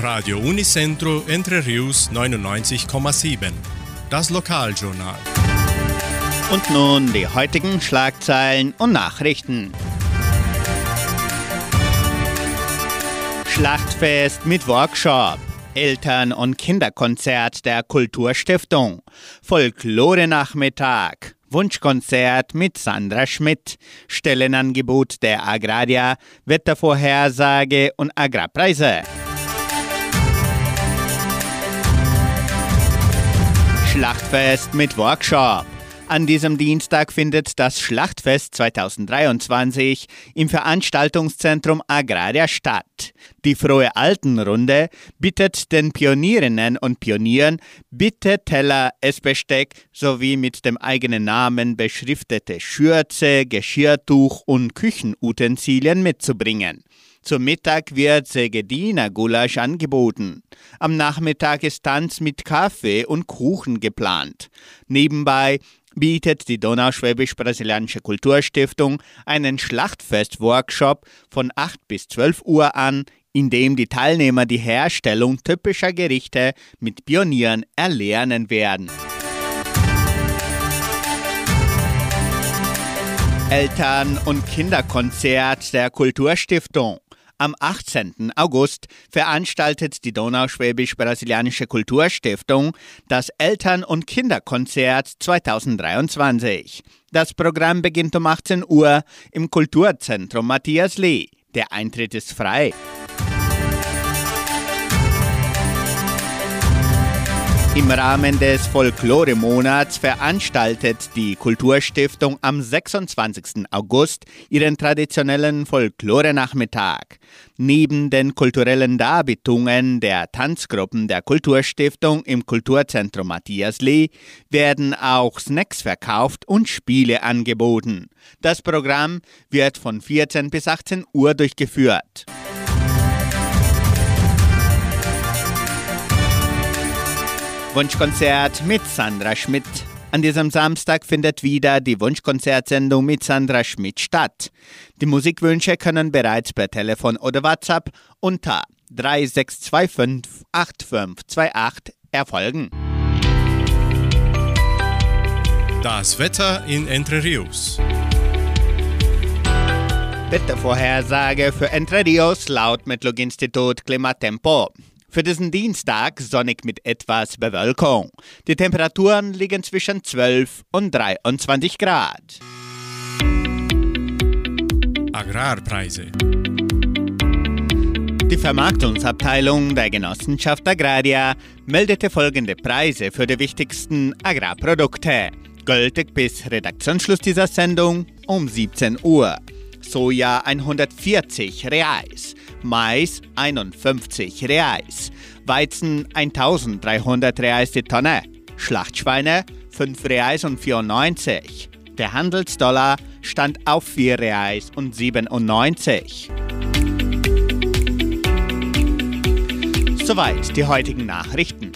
Radio Unicentro Entre Rius 99,7. Das Lokaljournal. Und nun die heutigen Schlagzeilen und Nachrichten. Schlachtfest mit Workshop. Eltern- und Kinderkonzert der Kulturstiftung. Folklore-Nachmittag. Wunschkonzert mit Sandra Schmidt. Stellenangebot der Agraria. Wettervorhersage und Agrarpreise. Schlachtfest mit Workshop. An diesem Dienstag findet das Schlachtfest 2023 im Veranstaltungszentrum Agraria statt. Die Frohe Altenrunde bittet den Pionierinnen und Pionieren, Bitte, Teller, Essbesteck sowie mit dem eigenen Namen beschriftete Schürze, Geschirrtuch und Küchenutensilien mitzubringen. Zum Mittag wird Segedina-Gulasch angeboten. Am Nachmittag ist Tanz mit Kaffee und Kuchen geplant. Nebenbei bietet die Donauschwäbisch-Brasilianische Kulturstiftung einen Schlachtfest-Workshop von 8 bis 12 Uhr an, in dem die Teilnehmer die Herstellung typischer Gerichte mit Pionieren erlernen werden. Eltern- und Kinderkonzert der Kulturstiftung. Am 18. August veranstaltet die Donauschwäbisch-Brasilianische Kulturstiftung das Eltern- und Kinderkonzert 2023. Das Programm beginnt um 18 Uhr im Kulturzentrum Matthias Lee. Der Eintritt ist frei. Im Rahmen des Folklore-Monats veranstaltet die Kulturstiftung am 26. August ihren traditionellen Folklore-Nachmittag. Neben den kulturellen Darbietungen der Tanzgruppen der Kulturstiftung im Kulturzentrum Matthias Lee werden auch Snacks verkauft und Spiele angeboten. Das Programm wird von 14 bis 18 Uhr durchgeführt. Wunschkonzert mit Sandra Schmidt. An diesem Samstag findet wieder die Wunschkonzertsendung mit Sandra Schmidt statt. Die Musikwünsche können bereits per Telefon oder WhatsApp unter 3625 8528 erfolgen. Das Wetter in Entre Rius. Wettervorhersage für Entre Rios laut Metlog-Institut Klimatempo. Für diesen Dienstag sonnig mit etwas Bewölkung. Die Temperaturen liegen zwischen 12 und 23 Grad. Agrarpreise. Die Vermarktungsabteilung der Genossenschaft Agraria meldete folgende Preise für die wichtigsten Agrarprodukte. Gültig bis Redaktionsschluss dieser Sendung um 17 Uhr. Soja 140 Reais, Mais 51 Reais, Weizen 1300 Reais die Tonne, Schlachtschweine 5 Reais und 94. Der Handelsdollar stand auf 4 Reais und 97. Soweit die heutigen Nachrichten.